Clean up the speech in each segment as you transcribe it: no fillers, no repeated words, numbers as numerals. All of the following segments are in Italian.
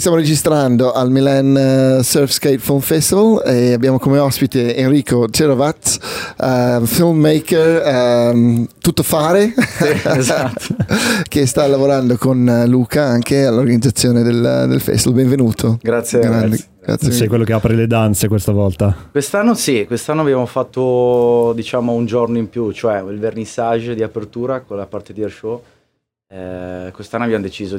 Stiamo registrando al Milan Surf Skate Film Festival e abbiamo come ospite Enrico Cerovaz, filmmaker, tuttofare, esatto. che sta lavorando con Luca anche all'organizzazione del festival. Benvenuto. Grazie. Grazie. Sei quello che apre le danze questa volta. Quest'anno abbiamo fatto un giorno in più, cioè il vernissage di apertura con la parte di air show. Quest'anno abbiamo deciso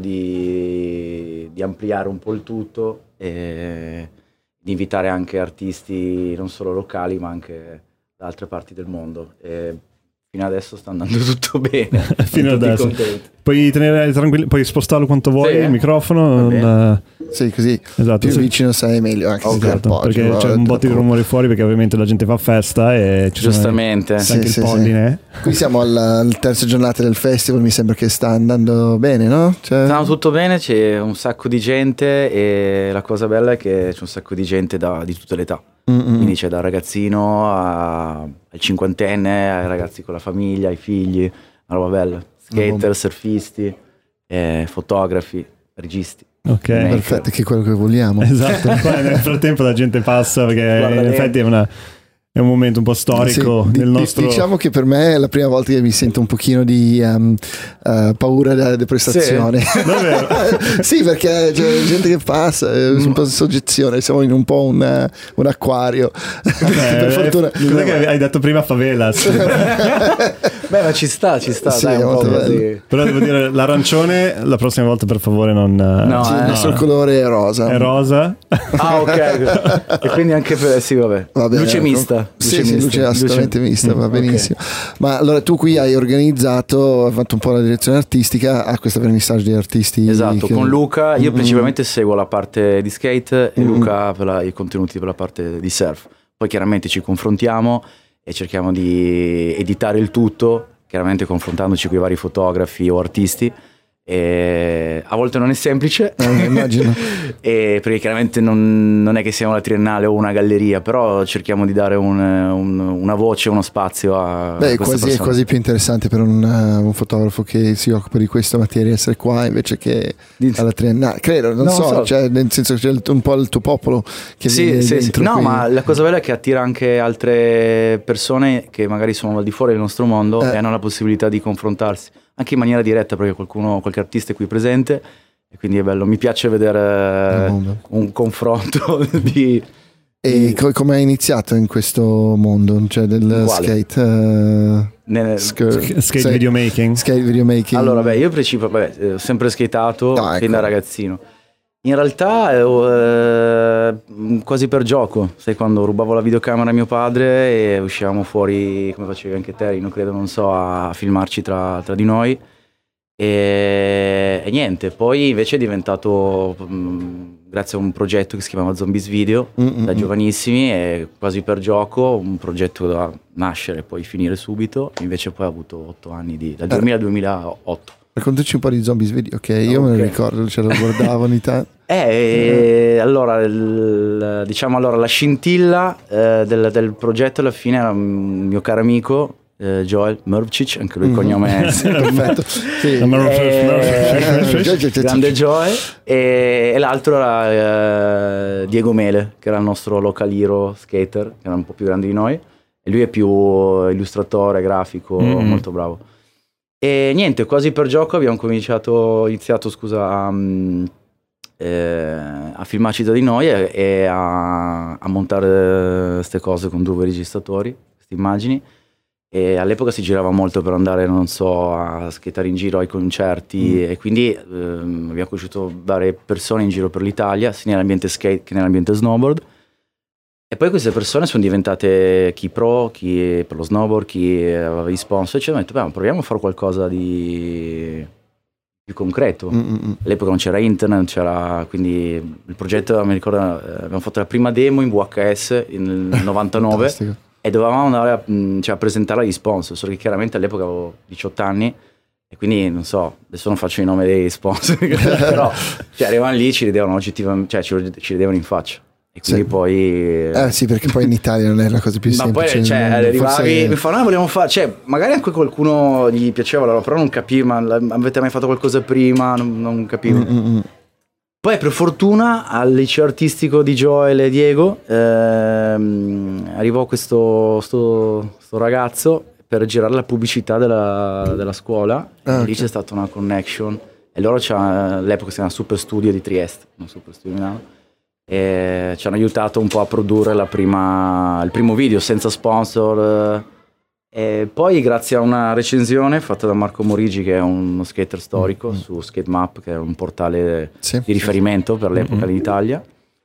di ampliare un po' il tutto e di invitare anche artisti non solo locali ma anche da altre parti del mondo. E fino adesso sta andando tutto bene. Fino adesso. Puoi tenere tranquillo, puoi spostarlo quanto vuoi il microfono. Sì, così esatto, più vicino sei meglio, anche se esatto, perché c'è un botto di rumore fuori perché ovviamente la gente fa festa e ci giustamente sono anche il polline. Qui siamo alla terza giornata del festival, mi sembra che sta andando bene, no? Sta andando tutto bene, c'è un sacco di gente e la cosa bella è che c'è un sacco di gente di tutte le età. Quindi c'è dal ragazzino al cinquantenne, ai ragazzi con la famiglia, ai figli, una roba bella. Skater, surfisti, fotografi, registi. Ok, perfetto, che è quello che vogliamo. Esatto, nel frattempo la gente passa perché in effetti è un momento un po' storico nel nostro... Diciamo che per me è la prima volta che mi sento un pochino di paura della deprestazione. Sì, perché c'è gente che passa, un po' di soggezione, siamo in un po' un acquario. Per fortuna. Cos'è che hai detto prima, favelas? Beh, ma ci sta, sì, dai, un po' così. Però devo dire, l'arancione la prossima volta per favore non... No, il nostro colore è rosa. È rosa? Ah, ok. E quindi anche sì, vabbè. Luce mista. Luce assolutamente mista, va benissimo. Okay. Ma allora tu qui hai organizzato, hai fatto un po' la direzione artistica a questa vernissage di artisti. Esatto, con Luca. Io principalmente seguo la parte di skate e Luca per i contenuti per la parte di surf. Poi chiaramente ci confrontiamo e cerchiamo di editare il tutto, chiaramente confrontandoci con i vari fotografi o artisti. E a volte non è semplice, immagino. Perché chiaramente non è che siamo la triennale o una galleria, però cerchiamo di dare una voce, uno spazio a è quasi più interessante per un fotografo che si occupa di questa materia essere qua invece che alla triennale, credo, non so. Cioè, nel senso che c'è un po' il tuo popolo che viene dentro. No, ma la cosa bella è che attira anche altre persone che magari sono al di fuori del nostro mondo e hanno la possibilità di confrontarsi anche in maniera diretta, perché qualche artista è qui presente e quindi è bello, mi piace vedere un confronto come hai iniziato in questo mondo, cioè del skate? Skate videomaking. Skate videomaking. Allora, io ho sempre skateato fin da ragazzino. In realtà quasi per gioco, sai, quando rubavo la videocamera a mio padre e uscivamo fuori, come facevi anche te, non so, a filmarci tra di noi e niente, poi invece è diventato, grazie a un progetto che si chiamava Zombies Video, da giovanissimi, e quasi per gioco, un progetto da nascere e poi finire subito, invece poi ha avuto 8 anni, dal 2000 al 2008. Raccontaci un po' di Zombies Video, io me lo ricordo, ce lo guardavo ogni tanto. Allora, la scintilla del progetto alla fine era un mio caro amico, Joel Mrvcic, anche lui il cognome è perfetto. Grande Joel, e l'altro era Diego Mele, che era il nostro local hero skater, che era un po' più grande di noi, e lui è più illustratore, grafico, molto bravo. E niente, quasi per gioco abbiamo iniziato a filmarci da di noi e a montare queste cose con 2 registratori, queste immagini, e all'epoca si girava molto per andare, non so, a skateare in giro ai concerti e quindi abbiamo conosciuto varie persone in giro per l'Italia, sia nell'ambiente skate che nell'ambiente snowboard. E poi queste persone sono diventate chi pro, chi per lo snowboard, chi aveva gli sponsor, e ci hanno detto, proviamo a fare qualcosa di più concreto. All'epoca non c'era internet, non c'era, quindi il progetto, mi ricordo, abbiamo fatto la prima demo in VHS nel 99 e dovevamo andare a presentarla agli sponsor, solo che chiaramente all'epoca avevo 18 anni e quindi non so, adesso non faccio i nomi dei sponsor, però arrivavano lì, ci ridevano oggettivamente, ci ridevano in faccia. E quindi poi sì, perché poi in Italia non è la cosa più semplice. Ma poi arrivavi, mi fanno vogliamo fare, magari anche qualcuno gli piaceva, però non capiva, ma avete mai fatto qualcosa prima? Non capivo. Poi per fortuna al liceo artistico di Joel e Diego arrivò questo ragazzo per girare la pubblicità della scuola, e lì c'è stata una connection, e loro all'epoca si chiamava Super Studio di Trieste, non Super Studio di Milano, e ci hanno aiutato un po' a produrre il primo video senza sponsor. E poi grazie a una recensione fatta da Marco Morigi, che è uno skater storico, su Skate Map, che è un portale di riferimento per l'epoca in Italia,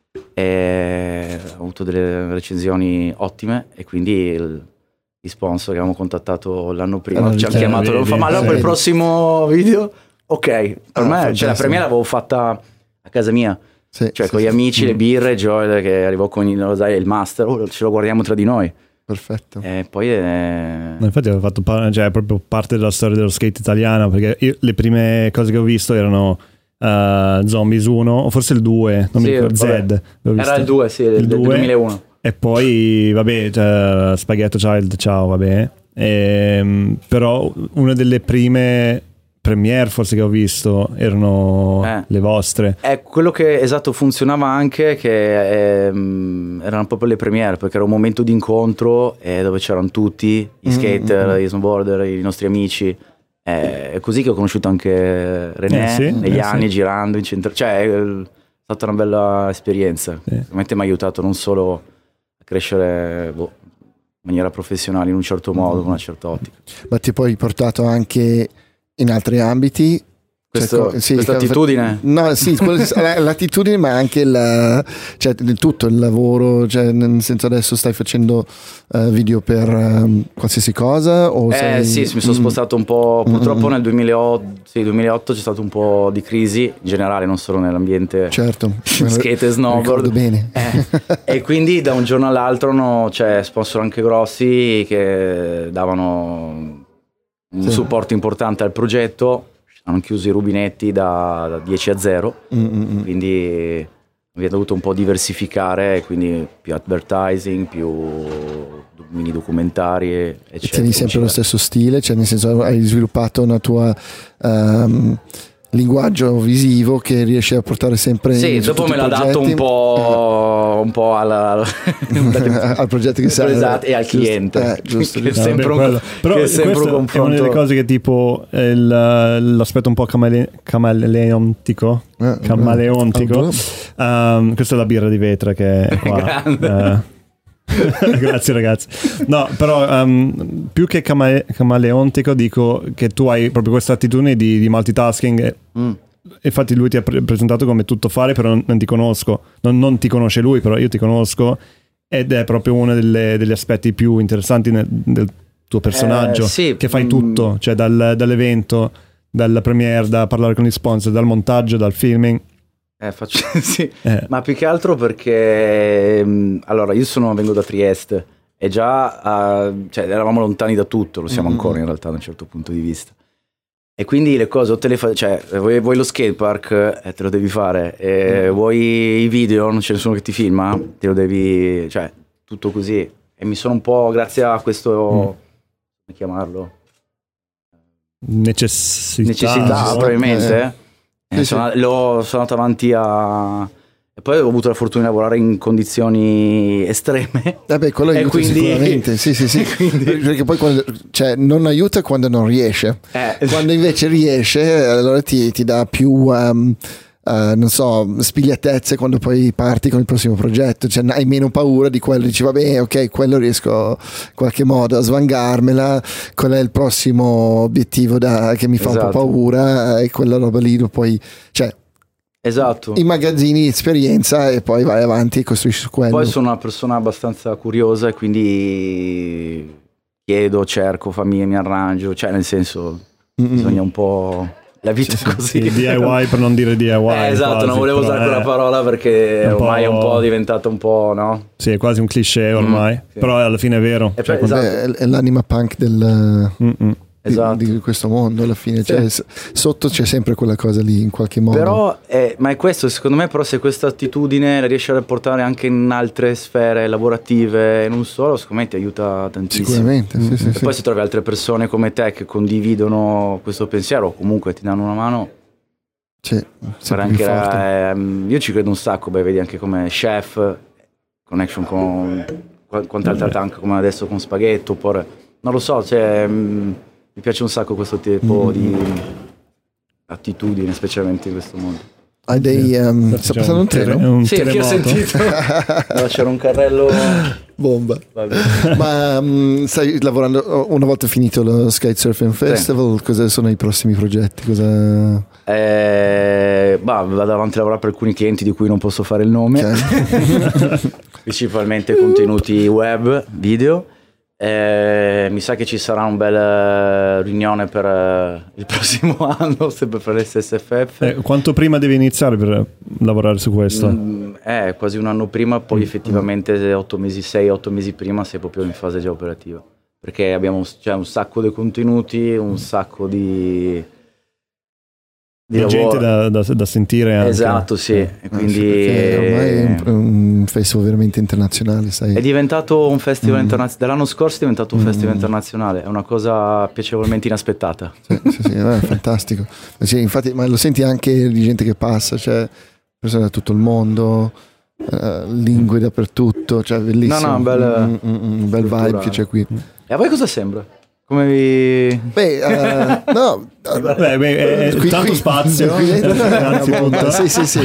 e ho avuto delle recensioni ottime, e quindi gli sponsor che avevamo contattato l'anno prima ci hanno chiamato, ma allora per il prossimo video, ok, per me la premiera l'avevo fatta a casa mia, con gli amici, le birre, Joel che arrivò con il master, ce lo guardiamo tra di noi. Perfetto. E poi infatti avevo fatto proprio parte della storia dello skate italiano, perché le prime cose che ho visto erano Zombies 1 o forse il 2, non mi ricordo, Z. Era il 2, sì, del 2001. E poi vabbè, Spaghetto Child, ciao, vabbè. Però una delle prime premiere forse che ho visto erano le vostre. È quello che funzionava anche, che erano proprio le premiere, perché era un momento di incontro dove c'erano tutti i skater, gli snowboarder, i nostri amici. È così che ho conosciuto anche René negli anni, girando in centro. Cioè è stata una bella esperienza. Veramente mi ha aiutato non solo a crescere in maniera professionale in un certo modo, con una certa ottica, ma ti poi portato anche in altri ambiti. Questa attitudine? No, sì, l'attitudine, ma anche tutto il lavoro, cioè nel senso adesso stai facendo video per qualsiasi cosa? O sì, mi sono spostato un po', purtroppo nel 2008 c'è stato un po' di crisi in generale, non solo nell'ambiente skate e snowboard. Bene. E quindi da un giorno all'altro sponsor anche grossi che davano un supporto importante al progetto. Hanno chiuso i rubinetti da 10 a 0, quindi abbiamo dovuto un po' diversificare, quindi più advertising, più mini documentari, eccetera. Tieni sempre lo stesso stile, cioè nel senso hai sviluppato una tua linguaggio visivo che riesce a portare sempre dopo me l'ha dato un po' al progetto che serve e al cliente, giusto. Che è sempre un confronto. È una delle cose che tipo l'aspetto un po' camaleontico. Questa è la birra di Vetra che è qua. Grazie ragazzi. No, però più che camaleontico dico che tu hai proprio questa attitudine di multitasking. Infatti lui ti ha presentato come tutto fare, però non ti conosco, non ti conosce lui, però io ti conosco, ed è proprio uno degli aspetti più interessanti del tuo personaggio, che fai tutto, cioè dall'evento, dalla premiere, da parlare con gli sponsor, dal montaggio, dal filming. Ma più che altro perché allora io vengo da Trieste e già eravamo lontani da tutto, lo siamo ancora in realtà da un certo punto di vista, e quindi le cose o te le fai, vuoi lo skatepark te lo devi fare, vuoi i video, non ce ne sono che ti filma, te lo devi, tutto così, e mi sono un po', grazie a questo come chiamarlo, necessità probabilmente sono andato avanti e poi ho avuto la fortuna di lavorare in condizioni estreme. Quello aiuta, quindi... sicuramente. Sì. Quindi... Perché poi non aiuta quando non riesce. Quando invece riesce, allora ti dà più non so, spigliatezze quando poi parti con il prossimo progetto, hai meno paura di quello, dici vabbè, ok, quello riesco in qualche modo a svangarmela, qual è il prossimo obiettivo che mi fa un po' paura, e quella roba lì poi immagazzini esperienza e poi vai avanti e costruisci su quello. Poi sono una persona abbastanza curiosa e quindi chiedo, cerco, mi arrangio, nel senso bisogna un po'... La vita è così. DIY per non dire DIY. Esatto, quasi, non volevo usare quella parola perché ormai è un po' diventato un po', no? Sì, è quasi un cliché ormai, però alla fine è vero. È l'anima punk di questo mondo alla fine, sotto c'è sempre quella cosa lì in qualche modo. Però ma è questo, secondo me, però se questa attitudine la riesci a portare anche in altre sfere lavorative e non solo, secondo me ti aiuta tantissimo. Sicuramente, sì. Poi se trovi altre persone come te che condividono questo pensiero o comunque ti danno una mano, Sì, anche io ci credo un sacco, vedi anche come Chef, connection con altre tank come adesso con Spaghetto, oppure non lo so, mi piace un sacco questo tipo di attitudine, specialmente in questo mondo. Hai dei sta passando un treno? Sì, che ho sentito. C'era un carrello bomba. Ma stai lavorando una volta finito lo Skate Surfing Festival? Sì. Cosa sono i prossimi progetti? Vado avanti a lavorare per alcuni clienti di cui non posso fare il nome, okay. Principalmente contenuti web, video. Mi sa che ci sarà un bel riunione per il prossimo anno, sempre per l'SSFF. Quanto prima devi iniziare per lavorare su questo? Quasi un anno prima, poi effettivamente 6-8 mesi prima sei proprio in fase già operativa, perché abbiamo un sacco di contenuti, un sacco di gente da sentire anche. Esatto, sì. E quindi ormai è un festival veramente internazionale, sai. È diventato un festival internazionale. Dall'anno scorso è diventato un festival internazionale. È una cosa piacevolmente inaspettata. Sì, è fantastico. Sì, infatti, ma lo senti anche di gente che passa, cioè persone da tutto il mondo, lingue dappertutto, cioè bellissimo. No, un bel vibe che c'è qui. E a voi cosa sembra? Come vi... no, tanto spazio. Sì.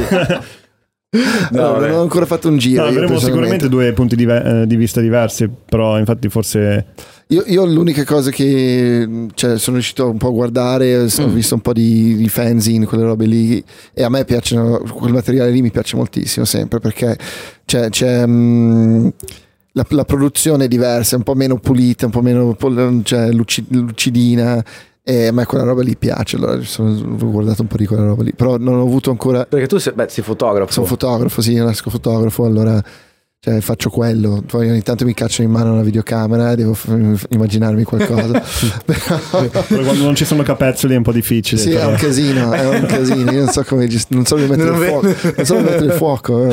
Non ho ancora fatto un giro. Avremo sicuramente due punti di vista diversi, però infatti forse... Io l'unica cosa che sono riuscito un po' a guardare, ho visto un po' di fanzine, quelle robe lì, e a me piacciono, quel materiale lì mi piace moltissimo sempre, perché c'è la produzione è diversa, è un po' meno pulita, un po' meno lucidina, e a me quella roba lì piace. Allora ho guardato un po' di quella roba lì, però non ho avuto ancora... Perché tu sei fotografo. Sono fotografo, sì, nasco fotografo, allora faccio quello. Poi ogni tanto mi caccio in mano una videocamera e devo immaginarmi qualcosa. Però quando non ci sono capezzoli è un po' difficile. Sì, però. è un casino. Io non so come non so come mettere il fuoco. Non so come mettere il fuoco.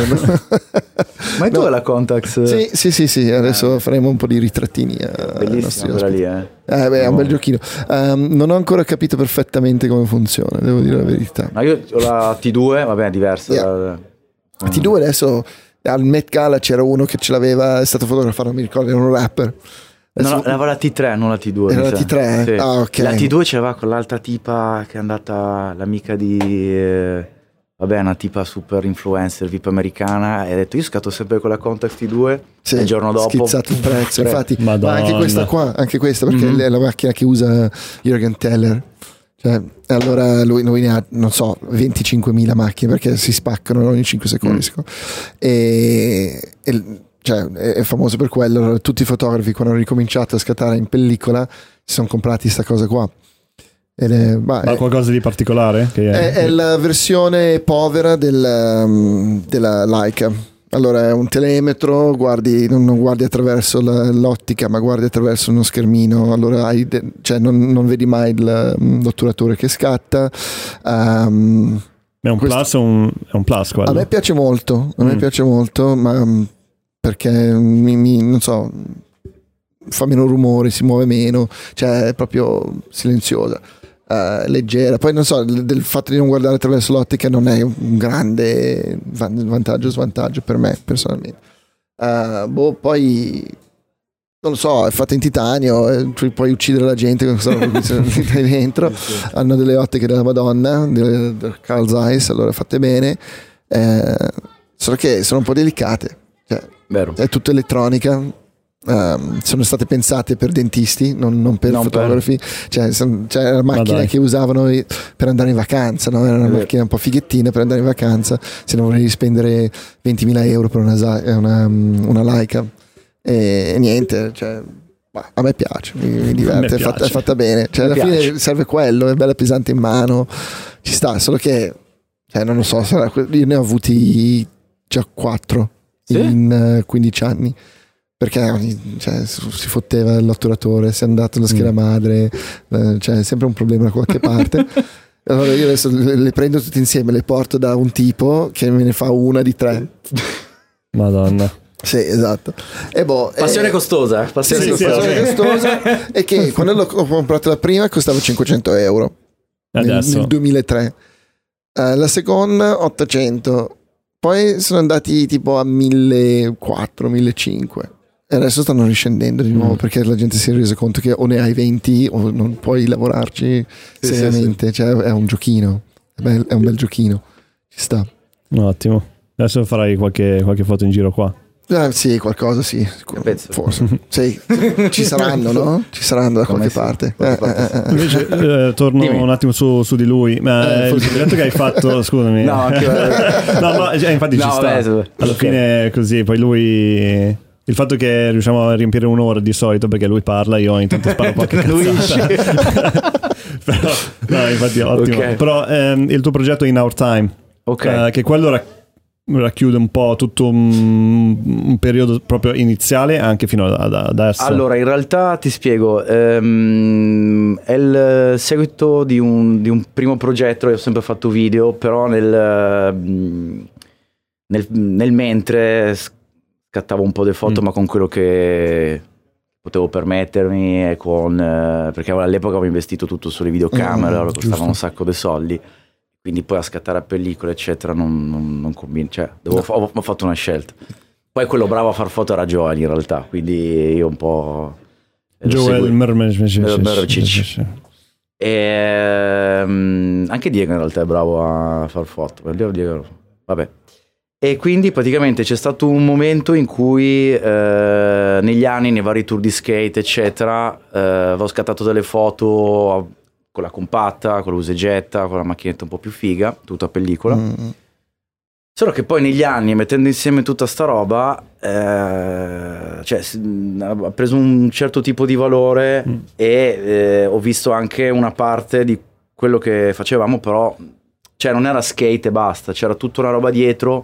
Ma tu hai la Contax? Sì. Adesso faremo un po' di ritrattini. Bellissima quella lì, è un bel giochino. Non ho ancora capito perfettamente come funziona, devo dire la verità. Ma io ho la T2, vabbè, è diversa. La T2 adesso al Met Gala c'era uno che ce l'aveva, è stato fotografato, non mi ricordo, era un rapper. No, aveva la T3, non la T2. Era la T3? Sì. Ah, ok. La T2 c'era con l'altra tipa che è andata, l'amica di... una tipa super influencer, VIP americana, e ha detto io scatto sempre con la Contax T2, e il giorno dopo schizzato il prezzo. Infatti, Madonna. ma anche questa qua, perché è la macchina che usa Jürgen Teller. Allora lui ne ha, non so, 25.000 macchine, perché si spaccano ogni 5 secondi. È famoso per quello. Allora, tutti i fotografi, quando hanno ricominciato a scattare in pellicola, si sono comprati sta cosa qua. Ma qualcosa di particolare? È la versione povera della Leica. Allora è un telemetro, non guardi attraverso l'ottica, ma guardi attraverso uno schermino. Allora non vedi mai l'otturatore che scatta. È un plus o è un plus quello? A me piace molto, ma perché non so, fa meno rumore, si muove meno, è proprio silenziosa. Leggera, poi non so, del fatto di non guardare attraverso l'ottica non è un grande vantaggio o svantaggio per me personalmente. Poi non lo so, è fatta in titanio, puoi uccidere la gente con questa roba che dentro. Hanno delle ottiche della Madonna, del Carl Zeiss, allora fatte bene, solo che sono un po' delicate, vero. È tutta elettronica. Sono state pensate per dentisti, non per fotografi. C'è la macchina che usavano per andare in vacanza, no? Era una macchina un po' fighettina per andare in vacanza, se non volevi spendere 20.000 euro per una Leica, e niente, a me piace, mi diverte, è fatta bene, alla fine serve quello, è bella pesante in mano, ci sta, solo che non lo so, io ne ho avuti già 4 in 15 anni. Perché si fotteva l'otturatore, si è andato alla scheda madre, c'è sempre un problema da qualche parte. Allora io adesso le prendo tutte insieme, le porto da un tipo che me ne fa una di 3. Madonna. Sì, esatto. Passione costosa. Passione costosa. E che quando ho comprato la prima costava 500 euro. Nel 2003. La seconda 800, poi sono andati tipo a 1400, 1500 e adesso stanno riscendendo di nuovo perché la gente si è resa conto che o ne hai 20 o non puoi lavorarci seriamente. Cioè è un giochino, è un bel giochino, ci sta. Ottimo, adesso farai qualche foto in giro qua. Sì, qualcosa sì, forse. Sì, ci saranno, no? Ci saranno da qualche parte. Invece torno un attimo su di lui. Il progetto che hai fatto, scusami. No, anche no, ma infatti ci sta. Alla fine così, poi lui... Il fatto che riusciamo a riempire un'ora di solito perché lui parla, io ogni tanto sparo qualche cazzata. Però, no, infatti ottimo. Okay. Però il tuo progetto In Our Time, che quello racchiude un po' tutto un periodo proprio iniziale anche fino ad adesso. Allora, in realtà ti spiego, è il seguito di un primo progetto. Io ho sempre fatto video, però nel mentre scattavo un po' di foto, ma con quello che potevo permettermi e perché all'epoca avevo investito tutto sulle videocamere, allora costavano un sacco di soldi, quindi poi a scattare a pellicola eccetera non conviene, cioè ho fatto una scelta. Poi quello bravo a far foto era Joel in realtà, quindi io un po' Joel Mercic. E anche Diego in realtà è bravo a far foto, Diego, vabbè. E quindi praticamente c'è stato un momento in cui negli anni, nei vari tour di skate eccetera, avevo scattato delle foto con la compatta, con l'usa e getta, con la macchinetta un po' più figa, tutto a pellicola. Solo che poi negli anni, mettendo insieme tutta sta roba, ha preso un certo tipo di valore e ho visto anche una parte di quello che facevamo, però cioè non era skate e basta, c'era tutta una roba dietro.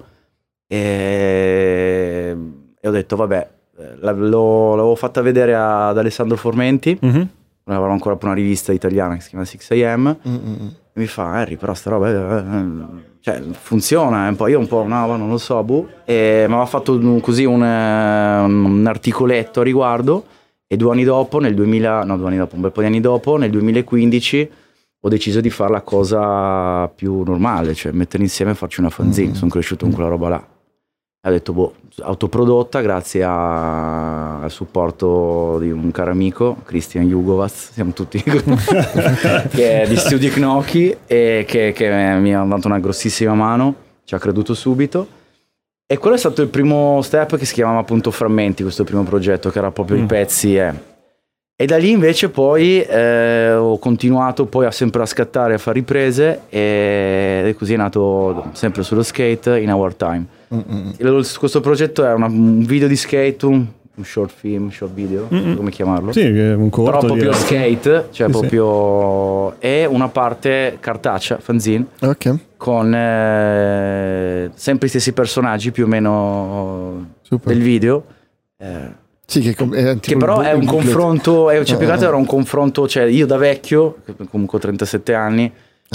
E ho detto vabbè, l'avevo fatta vedere ad Alessandro Formenti, non avevamo ancora una rivista italiana che si chiama 6am, e mi fa Harry, però sta roba cioè funziona, io un po' no, non lo so, e mi aveva fatto così un articoletto a riguardo, e 2 anni dopo, un bel po' di anni dopo, nel 2015 ho deciso di fare la cosa più normale, cioè mettere insieme e farci una fanzine. Sono cresciuto con quella roba là. Ho detto, autoprodotta grazie al supporto di un caro amico, Christian Jugovac, siamo tutti, che è di Studio Gnocchi e che mi ha dato una grossissima mano, ci ha creduto subito. E quello è stato il primo step, che si chiamava appunto Frammenti, questo primo progetto, che era proprio i pezzi. E da lì invece poi ho continuato poi sempre a scattare, a fare riprese, e così è nato sempre sullo skate In Our Time. Questo progetto è un video di skate, un short film, short video, come chiamarlo? Sì, un corto. Però proprio skate, cioè proprio... E una parte cartacea, fanzine, con sempre i stessi personaggi più o meno del video. Sì, che però è un confronto, più che altro era un confronto, cioè io da vecchio, comunque ho 37 anni,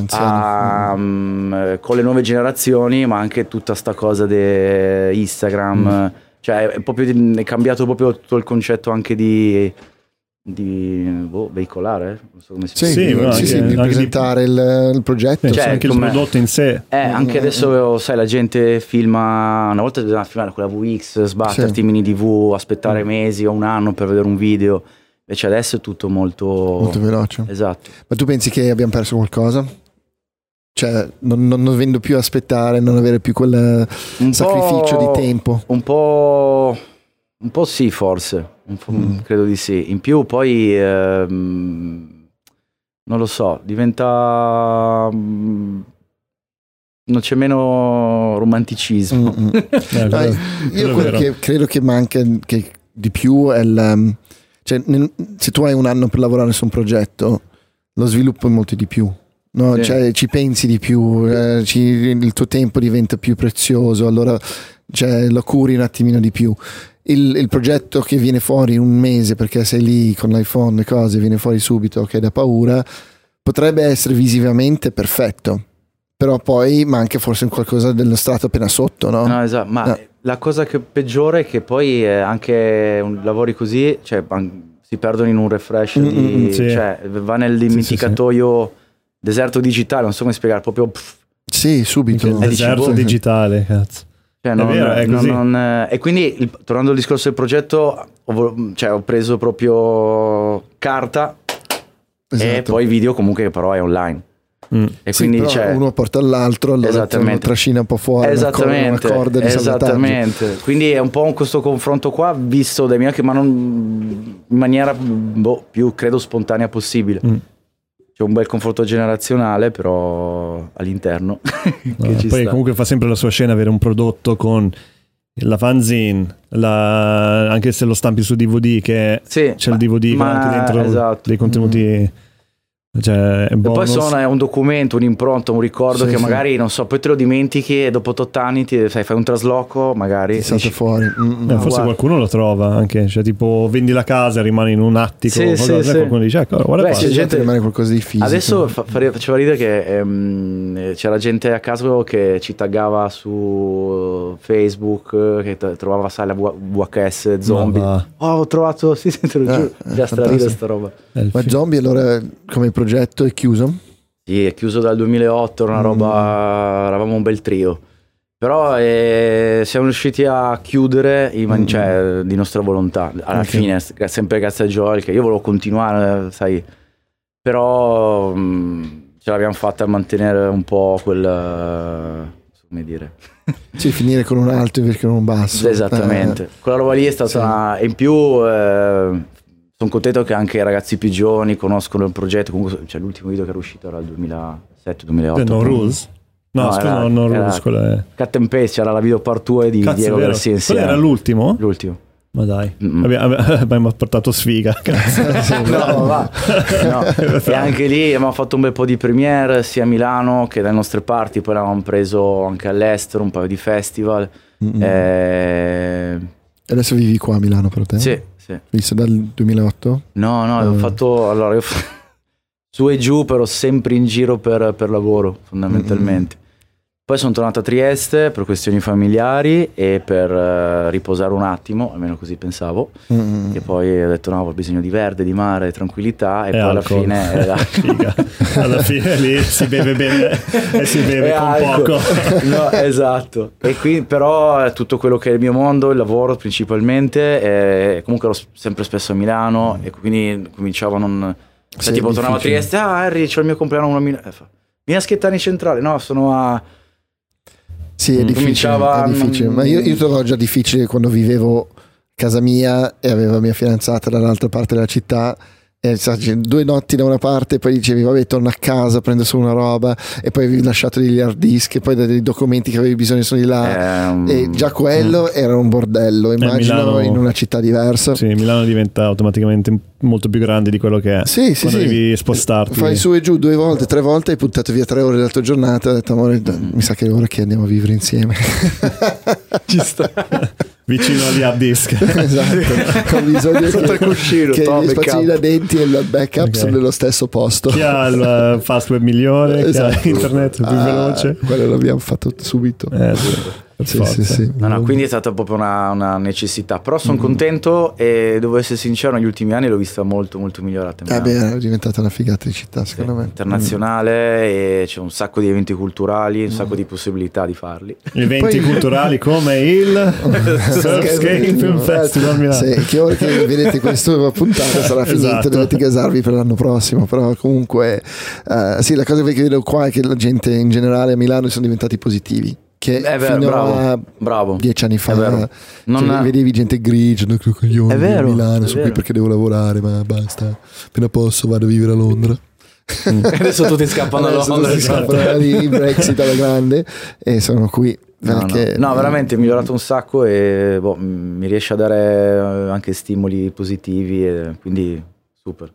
con le nuove generazioni, ma anche tutta sta cosa di Instagram, cioè è cambiato proprio tutto il concetto anche di veicolare, non so come si dice. Di presentare il progetto, cioè anche il prodotto in sé. Anche adesso sai, la gente filma, una volta doveva filmare con la VX, sbatterti mini DV, aspettare mesi o un anno per vedere un video, invece adesso è tutto molto veloce. Esatto. Ma tu pensi che abbiamo perso qualcosa? Cioè non dovendo più aspettare, non avere più quel sacrificio di tempo? Un po' sì, forse. Credo di sì. In più poi non lo so, diventa non c'è meno romanticismo. Io quello che credo che manca che di più è cioè, se tu hai un anno per lavorare su un progetto, lo sviluppo è molto di più. No, sì. Cioè, ci pensi di più, il tuo tempo diventa più prezioso, allora lo curi un attimino di più. Il progetto che viene fuori in un mese perché sei lì con l'iPhone e cose, viene fuori subito, che da paura, potrebbe essere visivamente perfetto, però poi manca forse qualcosa dello strato appena sotto, no? No, esatto, ma la cosa peggiore è che poi anche lavori così, cioè si perdono in un refresh, cioè va nel dimenticatoio. Deserto digitale, non so come spiegare, proprio Sì, subito. Il deserto digitale, cazzo. Cioè, è vero, è così. E quindi, tornando al discorso del progetto, ho preso proprio carta e poi video comunque che però è online. E sì, quindi uno porta all'altro, allora trascina un po' fuori una corda di salvataggio. Quindi è un po' questo confronto qua visto dai miei occhi, ma non in maniera più credo spontanea possibile. C'è un bel confronto generazionale però all'interno che ci poi sta. Comunque fa sempre la sua scena avere un prodotto con la fanzine, anche se lo stampi su DVD, che c'è il DVD con anche dentro dei contenuti. Cioè, e poi è un documento, un'impronta, un ricordo che magari non so, poi te lo dimentichi e dopo 8 anni fai un trasloco, magari ti salta fuori. Forse qualcuno lo trova anche, cioè tipo vendi la casa, rimani in un attico, qualcuno dice guarda qua. C'è gente rimane qualcosa di fisico. Adesso faceva ridere che c'era gente a caso che ci taggava su Facebook, che trovava la VHS zombie. Ho trovato, te lo giuro, già straride sta roba. Ma Zombie allora come progetto è chiuso? Sì, è chiuso dal 2008, era una roba, eravamo un bel trio. Però siamo riusciti a chiudere cioè, di nostra volontà. Alla fine, sempre grazie a Joel, che io volevo continuare, sai. Però ce l'abbiamo fatta a mantenere un po' come dire... Sì, finire con un alto invece che con un basso. Esattamente. Quella roba lì è stata in più... sono contento che anche i ragazzi più giovani conoscono il progetto. Comunque l'ultimo video che era uscito era il 2007-2008. No Rules? No, scusa, No Rules, quella è... Cut and Paste, c'era la video part 2 di Diego Garcia insieme. Quello era l'ultimo? L'ultimo. Ma dai, abbiamo portato sfiga. No. E anche lì abbiamo fatto un bel po' di premiere sia a Milano che dalle nostre parti. Poi l'avevamo preso anche all'estero, un paio di festival. E adesso vivi qua a Milano per te? Sì. Visto dal 2008? No, ho fatto... Allora, io su e giù, però sempre in giro per lavoro, fondamentalmente. Poi sono tornato a Trieste per questioni familiari e per riposare un attimo, almeno così pensavo. E poi ho detto no, ho bisogno di verde, di mare, tranquillità. E poi alla fine... alla fine lì si beve bene e si beve con poco. No, esatto. E qui però tutto quello che è il mio mondo, il lavoro principalmente, comunque ero sempre spesso a Milano e quindi cominciavo a non... Cioè, tipo tornavo a Trieste, Harry, c'ho il mio compleanno a Milano. Vieni a Schettani Centrale, no, sono a... Sì, è difficile, ma io trovo già difficile quando vivevo a casa mia e avevo mia fidanzata dall'altra parte della città e 2 notti da una parte e poi dicevi vabbè torno a casa, prendo solo una roba e poi avevi lasciato degli hard disk e poi dei documenti che avevi bisogno sono di là e già quello era un bordello, immagino Milano, in una città diversa. Sì, Milano diventa automaticamente molto più grande di quello che è quando devi spostarti. Fai su e giù 2 volte, 3 volte, hai buttato via 3 ore della tua giornata e ho detto amore mi sa che è ora che andiamo a vivere insieme. Ci sta. Vicino agli hard disk. Esatto. Ho bisogno sotto il cuscino che gli spazini da denti e il backup sono nello stesso posto. Chi ha il fast web migliore, chi ha internet più veloce. Quello l'abbiamo fatto subito. Sì. No, quindi è stata proprio una necessità. Però sono contento e devo essere sincero, negli ultimi anni l'ho vista molto molto migliorata. È diventata una figata di città, secondo me. Internazionale e c'è un sacco di eventi culturali, un sacco di possibilità di farli. Eventi culturali come il Surfscape Film Festival Milano. Sì, che ora che vedete questa puntata sarà finita, dovete gasarvi per l'anno prossimo. Però comunque sì, la cosa che vedo qua è che la gente in generale a Milano sono diventati positipi. Che bravo. 10 anni fa vedevi gente grigia, coglioni, a Milano, sono qui perché devo lavorare, ma basta, appena posso vado a vivere a Londra. Adesso tutti scappano a Londra, scappano di Brexit alla grande e sono qui. No, veramente è migliorato un sacco e mi riesce a dare anche stimoli positivi e quindi super.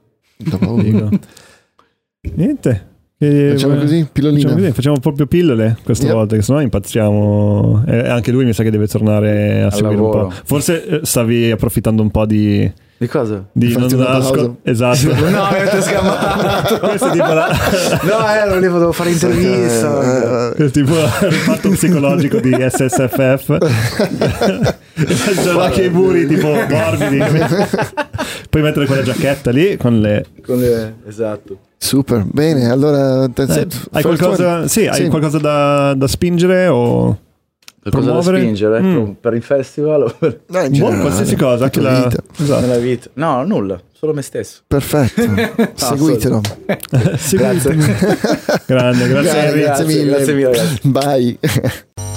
Niente. Facciamo così, pillolina. Facciamo proprio pillole questa volta, che sennò impazziamo. Anche lui mi sa che deve tornare a seguire un po'. Forse stavi approfittando un po' di cosa? Di non esatto. No, avete scamato. Questo è tipo non devo fare intervista. Tipo il riparto psicologico di SSFF. Già che i muri tipo morbidi. Puoi mettere quella giacchetta lì con le esatto. Super, bene, allora hai qualcosa, hai qualcosa da spingere o qualcosa da spingere per il festival o per... qualsiasi cosa, anche la vita. Esatto. Nella vita. No, nulla, solo me stesso. Perfetto. Seguitelo. Seguitelo. Grande, grazie mille. Grazie mille, ragazzi. Bye.